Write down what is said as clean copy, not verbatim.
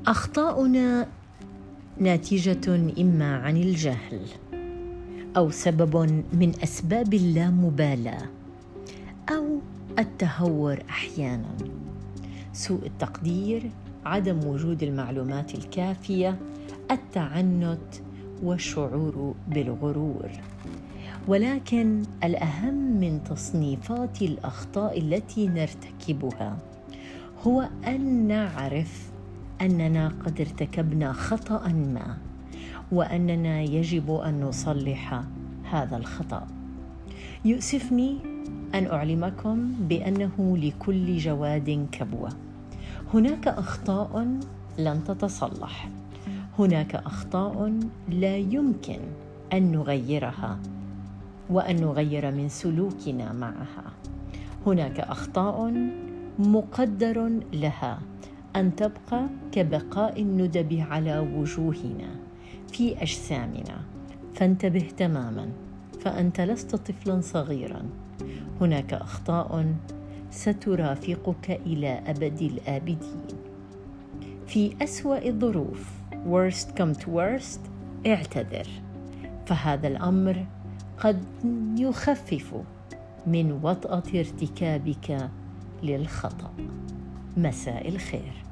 أخطاؤنا ناتجة إما عن الجهل أو سبب من أسباب اللامبالاة أو التهور أحياناً، سوء التقدير، عدم وجود المعلومات الكافية، التعنت والشعور بالغرور. ولكن الأهم من تصنيفات الأخطاء التي نرتكبها هو أن نعرف أننا قد ارتكبنا خطأ ما، وأننا يجب أن نصلح هذا الخطأ. يؤسفني أن أعلمكم بأنه لكل جواد كبوة. هناك أخطاء لن تتصلح، هناك أخطاء لا يمكن أن نغيرها وأن نغير من سلوكنا معها. هناك أخطاء مقدر لها أن تبقى كبقاء الندب على وجوهنا في أجسامنا، فانتبه تماما، فأنت لست طفلا صغيرا. هناك أخطاء سترافقك إلى أبد الآبدين. في أسوأ الظروف worst come to worst اعتذر، فهذا الأمر قد يخفف من وطأة ارتكابك للخطأ. مساء الخير.